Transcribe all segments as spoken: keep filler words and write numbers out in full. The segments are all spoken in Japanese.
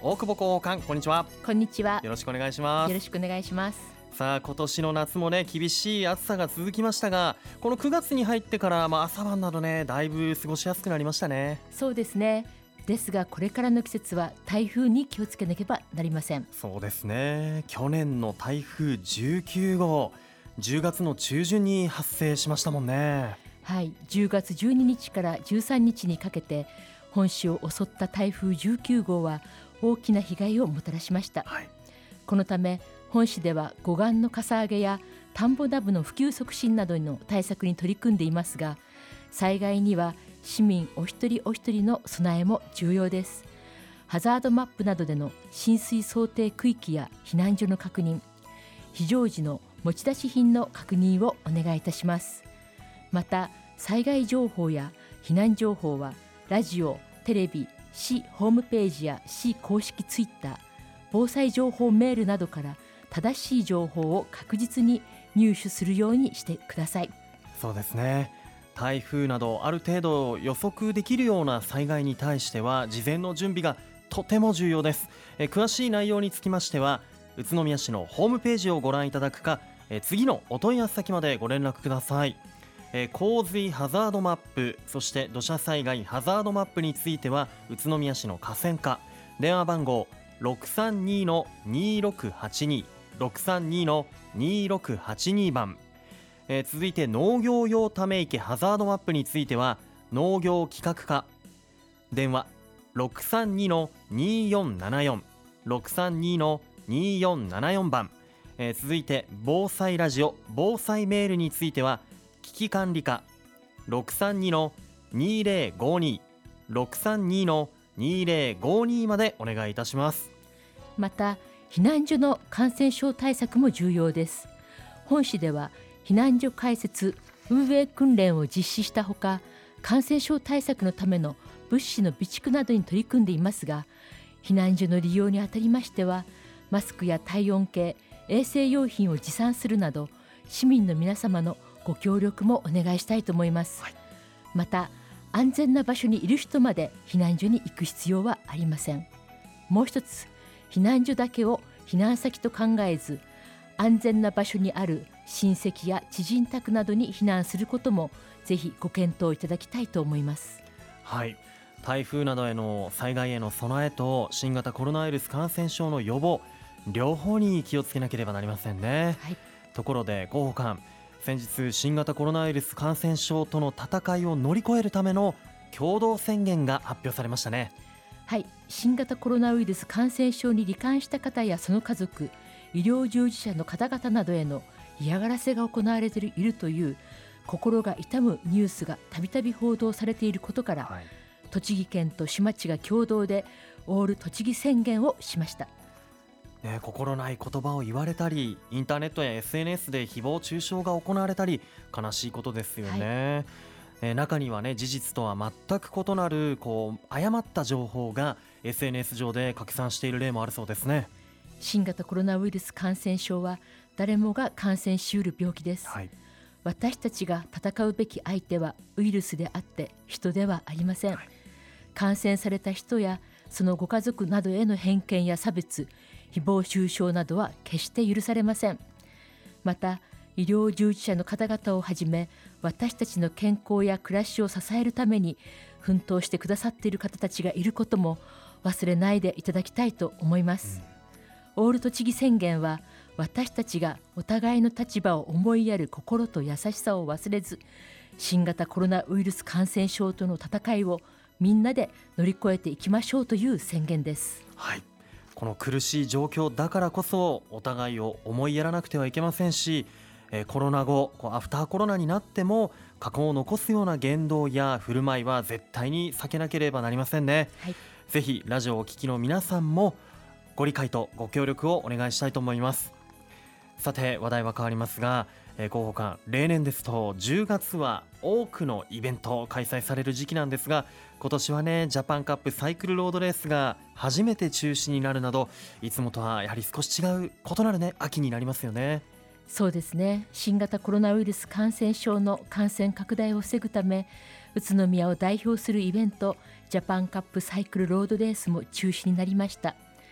大久保広報官、こんにちは。 こんにちは。 よろしくお願いします。 よろしくお願いします。 さあ、今年の夏もね厳しい暑さが続きましたが、このくがつに入ってから、まあ、朝晩などねだいぶ過ごしやすくなりましたね。 そうですね。ですがこれからの季節は台風に気をつけなければなりません。 そうですね。去年の台風じゅうきゅうごう、じゅうがつの中旬に発生しましたもんね。 はい、じゅうがつじゅうににちからじゅうさんにちにかけて本州を襲った台風じゅうきゅうごうは大きな被害をもたらしました、 はい、 このため本市では護岸のかさ上げや田んぼダムの普及促進などの対策に取り組んでいますが、災害には市民お一人お一人の備えも重要です。ハザードマップなどでの浸水想定区域や避難所の確認、非常時の持ち出し品の確認をお願いいたします。また災害情報や避難情報はラジオ、テレビ、市ホームページや市公式ツイッター、防災情報メールなどから正しい情報を確実に入手するようにしてください。 そうですね。台風などある程度予測できるような災害に対しては事前の準備がとても重要です。え詳しい内容につきましては宇都宮市のホームページをご覧いただくか、え次のお問い合わせ先までご連絡ください。え洪水ハザードマップ、そして土砂災害ハザードマップについては宇都宮市の河川課、電話番号 ろくさんにのにろくはちに ろくさんにのにろくはちに 番、えー、続いて農業用ため池ハザードマップについては農業企画課、電話 ろくさんにのによんななよん ろくさんにのによんななよん 番、えー、続いて防災ラジオ防災メールについては危機管理課 ろくさんにのにぜろごに ろくさんにのにぜろごに までお願いいたします。 また避難所の感染症対策も重要です。本市では避難所開設運営訓練を実施したほか、感染症対策のための物資の備蓄などに取り組んでいますが、避難所の利用にあたりましてはマスクや体温計、衛生用品を持参するなど市民の皆様のご協力もお願いしたいと思います、はい、また安全な場所にいる人まで避難所に行く必要はありません。もう一つ、避難所だけを避難先と考えず、安全な場所にある親戚や知人宅などに避難することもぜひご検討いただきたいと思います。 はい、台風などへの災害への備えと新型コロナウイルス感染症の予防、両方に気をつけなければなりませんね、はい、ところで広報官、先日新型コロナウイルス感染症との戦いを乗り越えるための共同宣言が発表されましたね。 はい、新型コロナウイルス感染症に罹患した方やその家族、医療従事者の方々などへの嫌がらせが行われているという心が痛むニュースがたびたび報道されていることから、はい、栃木県と市町が共同でオール栃木宣言をしました。 ね、心ない言葉を言われたり、インターネットや エスエヌエス で誹謗中傷が行われたり、悲しいことですよね、はい、えー、中にはね事実とは全く異なるこう誤った情報が エスエヌエス 上で拡散している例もあるそうですね。 新型コロナウイルス感染症は誰もが感染しうる病気です、はい、私たちが戦うべき相手はウイルスであって人ではありません、はい、感染された人やそのご家族などへの偏見や差別、誹謗中傷などは決して許されません。また医療従事者の方々をはじめ私たちの健康や暮らしを支えるために奮闘してくださっている方たちがいることも忘れないでいただきたいと思います、うん、オール栃木宣言は私たちがお互いの立場を思いやる心と優しさを忘れず、新型コロナウイルス感染症との戦いをみんなで乗り越えていきましょうという宣言です。 はい、この苦しい状況だからこそお互いを思いやらなくてはいけませんし、えー、コロナ後アフターコロナになっても過去を残すような言動や振る舞いは絶対に避けなければなりませんね、はい、ぜひラジオをお聞きの皆さんもご理解とご協力をお願いしたいと思います。さて話題は変わりますが、えー、広報官、例年ですとじゅうがつは多くのイベント開催される時期なんですが、今年はねジャパンカップサイクルロードレースが初めて中止になるなど、いつもとはやはり少し違う異なるね秋になりますよね。 そうですね。新型コロナウイルス感染症の感染拡大を防ぐため、宇都宮を代表するイベントジャパンカップサイクルロードレースも中止になりました。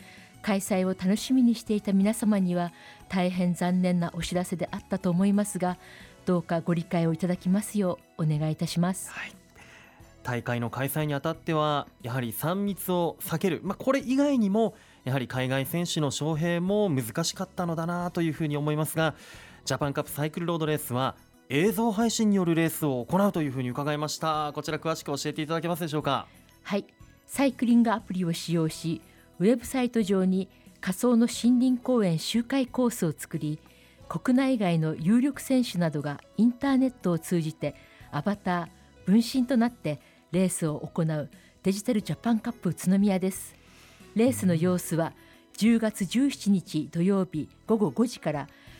開催を楽しみにしていた皆様には大変残念なお知らせであったと思いますが、どうかご理解をいただきますようお願いいたします。 はい、大会の開催にあたってはやはりさん密を避ける、まあ、これ以外にもやはり海外選手の招聘も難しかったのだなというふうに思いますが、ジャパンカップサイクルロードレースは映像配信によるレースを行うというふうに伺いました。こちら詳しく教えていただけますでしょうか。 はい、サイクリングアプリを使用し、ウェブサイト上に仮想の森林公園周回コースを作り、国内外の有力選手などがインターネットを通じてアバター、分身となってレースを行うデジタルジャパンカップ宇都宮です。レースの様子はじゅうがつじゅうしちにち土曜日ごごごじから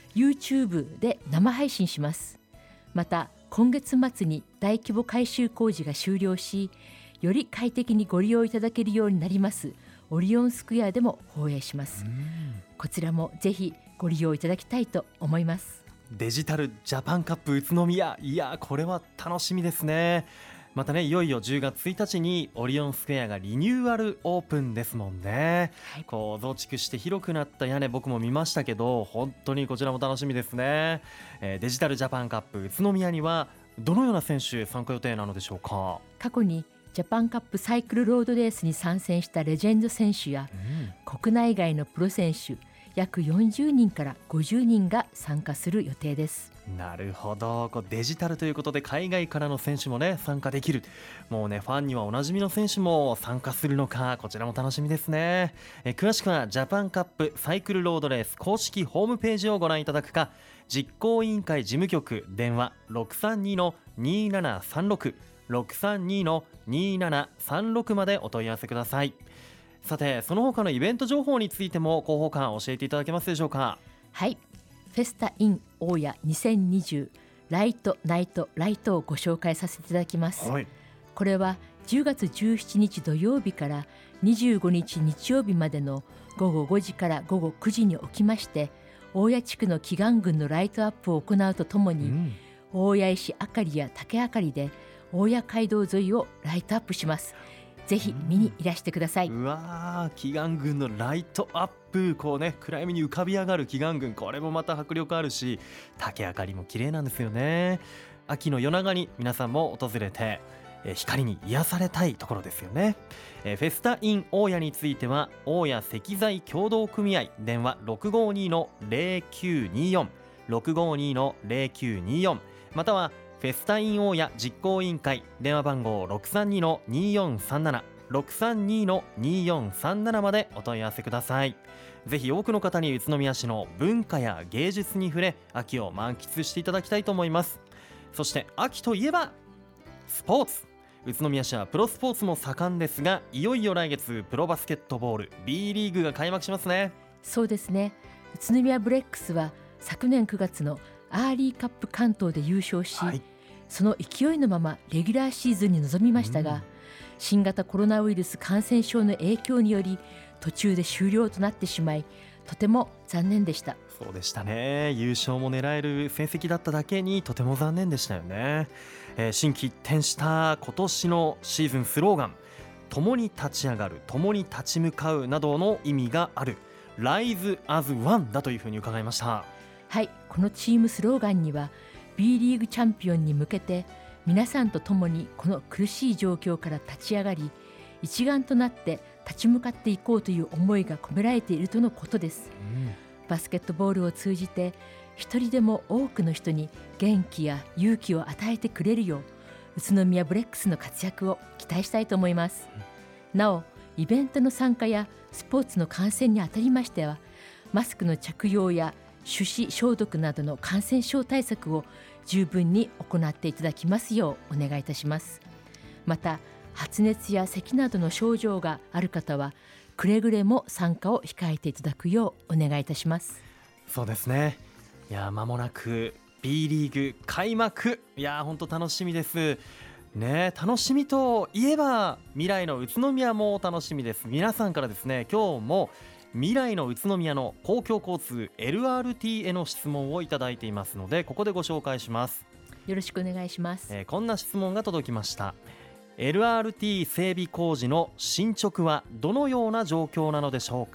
YouTube で生配信します。また今月末に大規模改修工事が終了し、より快適にご利用いただけるようになりますオリオンスクエアでも放映します。こちらもぜひご利用いただきたいと思います。 デジタルジャパンカップ宇都宮、いやこれは楽しみですね。またね、いよいよじゅうがつついたちにオリオンスクエアがリニューアルオープンですもんね、はい、こう増築して広くなった屋根、僕も見ましたけど本当にこちらも楽しみですね、えー、デジタルジャパンカップ宇都宮にはどのような選手参加予定なのでしょうか。 過去にジャパンカップサイクルロードレースに参戦したレジェンド選手や、うん、国内外のプロ選手約よんじゅうにんからごじゅうにんが参加する予定です。 なるほど、こうデジタルということで海外からの選手もね参加できる、もうねファンにはおなじみの選手も参加するのか、こちらも楽しみですね。え詳しくはジャパンカップサイクルロードレース公式ホームページをご覧いただくか、実行委員会事務局電話 ろくさんにのにーななさんろく ろくさんにのにーななさんろくまでお問い合わせください。さてその他のイベント情報についても広報官教えていただけますでしょうか。 はい、フェスタイン大谷にせんにじゅうライトナイトライトをご紹介させていただきます、はい、これはじゅうがつじゅうしちにち土曜日からにじゅうごにち日曜日までのごごごじからごごくじにおきまして、大谷地区の祈願群のライトアップを行うとともに、うん、大谷石あかりや竹あかりで大谷街道沿いをライトアップします。ぜひ見にいらしてください。 うん、うわー、祈願群のライトアップ、こうね暗闇に浮かび上がる祈願群、これもまた迫力あるし、竹あかりも綺麗なんですよね。秋の夜長に皆さんも訪れて、えー、光に癒されたいところですよね。えー、フェスタイン大谷については大谷石材協同組合電話 ろくごにのぜろきゅうによん ろくごにのぜろきゅうによん、またはフェスタイン大谷実行委員会電話番号 ろくさんにのにーよんさんなな ろくさんにのにーよんさんななまでお問い合わせください。ぜひ多くの方に宇都宮市の文化や芸術に触れ、秋を満喫していただきたいと思います。そして秋といえばスポーツ、宇都宮市はプロスポーツも盛んですが、いよいよ来月プロバスケットボール B リーグが開幕しますね。 そうですね、宇都宮ブレックスは昨年くがつのアーリーカップ関東で優勝し、はい、その勢いのままレギュラーシーズンに臨みましたが、うん、新型コロナウイルス感染症の影響により途中で終了となってしまい、とても残念でした。 そうでしたね、優勝も狙える成績だっただけにとても残念でしたよね。えー、心機一転した今年のシーズンスローガン、共に立ち上がる、共に立ち向かうなどの意味がある Rise as One だというふうに伺いました。 はい、このチームスローガンには B リーグチャンピオンに向けて皆さんと共にこの苦しい状況から立ち上がり、一丸となって立ち向かっていこうという思いが込められているとのことです、うん、バスケットボールを通じて一人でも多くの人に元気や勇気を与えてくれるよう、宇都宮ブレックスの活躍を期待したいと思います、うん、なおイベントの参加やスポーツの観戦にあたりましては、マスクの着用や手指消毒などの感染症対策を十分に行っていただきますようお願いいたします。また発熱や咳などの症状がある方はくれぐれも参加を控えていただくようお願いいたします。 そうですね、いや間もなく B リーグ開幕、いや本当楽しみですね。楽しみといえば未来の宇都宮も楽しみです。皆さんからですね、今日も未来の宇都宮の公共交通 エルアールティー への質問をいただいていますので、ここでご紹介します。 よろしくお願いします、 えー、こんな質問が届きました。 エルアールティー 整備工事の進捗はどのような状況なのでしょうか。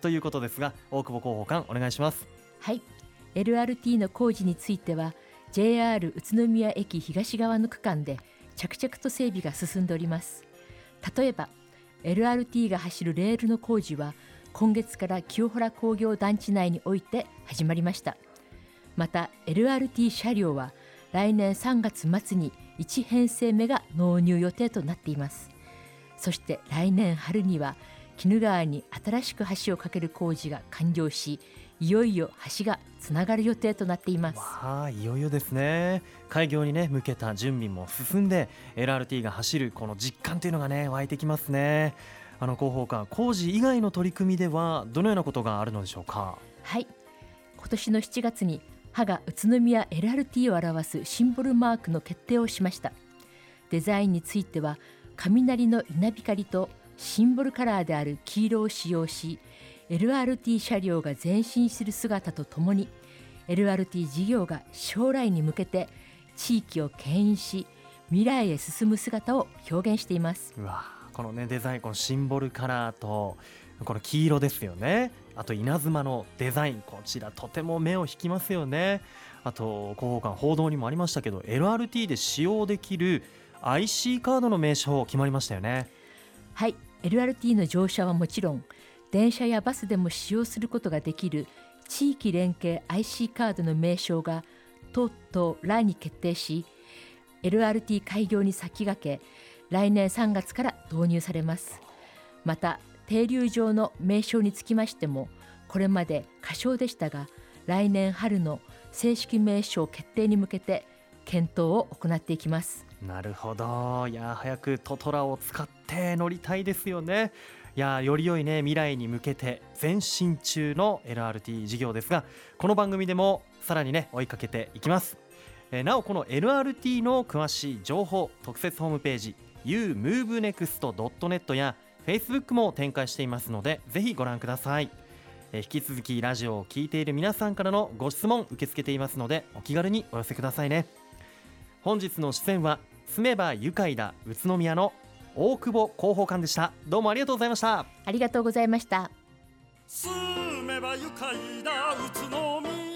ということですが、大久保広報官お願いします。 はい、 エルアールティー の工事については ジェイアール 宇都宮駅東側の区間で着々と整備が進んでおります。例えば エルアールティー が走るレールの工事は今月から清原工業団地内において始まりました。また エルアールティー 車両は来年さんがつ末にいち編成目が納入予定となっています。そして来年春には鬼怒川に新しく橋を架ける工事が完了し、いよいよ橋がつながる予定となっています。 わあ、いよいよですね。開業にね向けた準備も進んで エルアールティー が走るこの実感というのがね湧いてきますね。あの広報官、工事以外の取り組みではどのようなことがあるのでしょうか。 はい、今年のしちがつに芳賀宇都宮 エルアールティー を表すシンボルマークの決定をしました。デザインについては雷の稲光とシンボルカラーである黄色を使用し、 エルアールティー 車両が前進する姿とともに エルアールティー 事業が将来に向けて地域を牽引し未来へ進む姿を表現しています。 うわ、このねデザイン、このシンボルカラーとこの黄色ですよね。あと稲妻のデザイン、こちらとても目を引きますよね。あと広報官、報道にもありましたけど エルアールティー で使用できる アイシー カードの名称決まりましたよね。 はい、 エルアールティー の乗車はもちろん電車やバスでも使用することができる地域連携 アイシー カードの名称がとうとう来に決定し、 エルアールティー 開業に先駆け来年さんがつから導入されます。また停留場の名称につきましてもこれまで仮称でしたが、来年春の正式名称決定に向けて検討を行っていきます。 なるほど。いや、早くトトラを使って乗りたいですよね。いや、より良いね未来に向けて前進中の エルアールティー 事業ですが、この番組でもさらにね追いかけていきます。えー、なおこの エルアールティー の詳しい情報、特設ホームページ ユームーブネクストドットネット や Facebook も展開していますので、ぜひご覧ください。えー、引き続きラジオを聞いている皆さんからのご質問受け付けていますので、お気軽にお寄せくださいね。本日の出演は住めば愉快だ宇都宮の大久保広報官でした。どうもありがとうございました。 ありがとうございました。 住めば愉快だ宇都宮。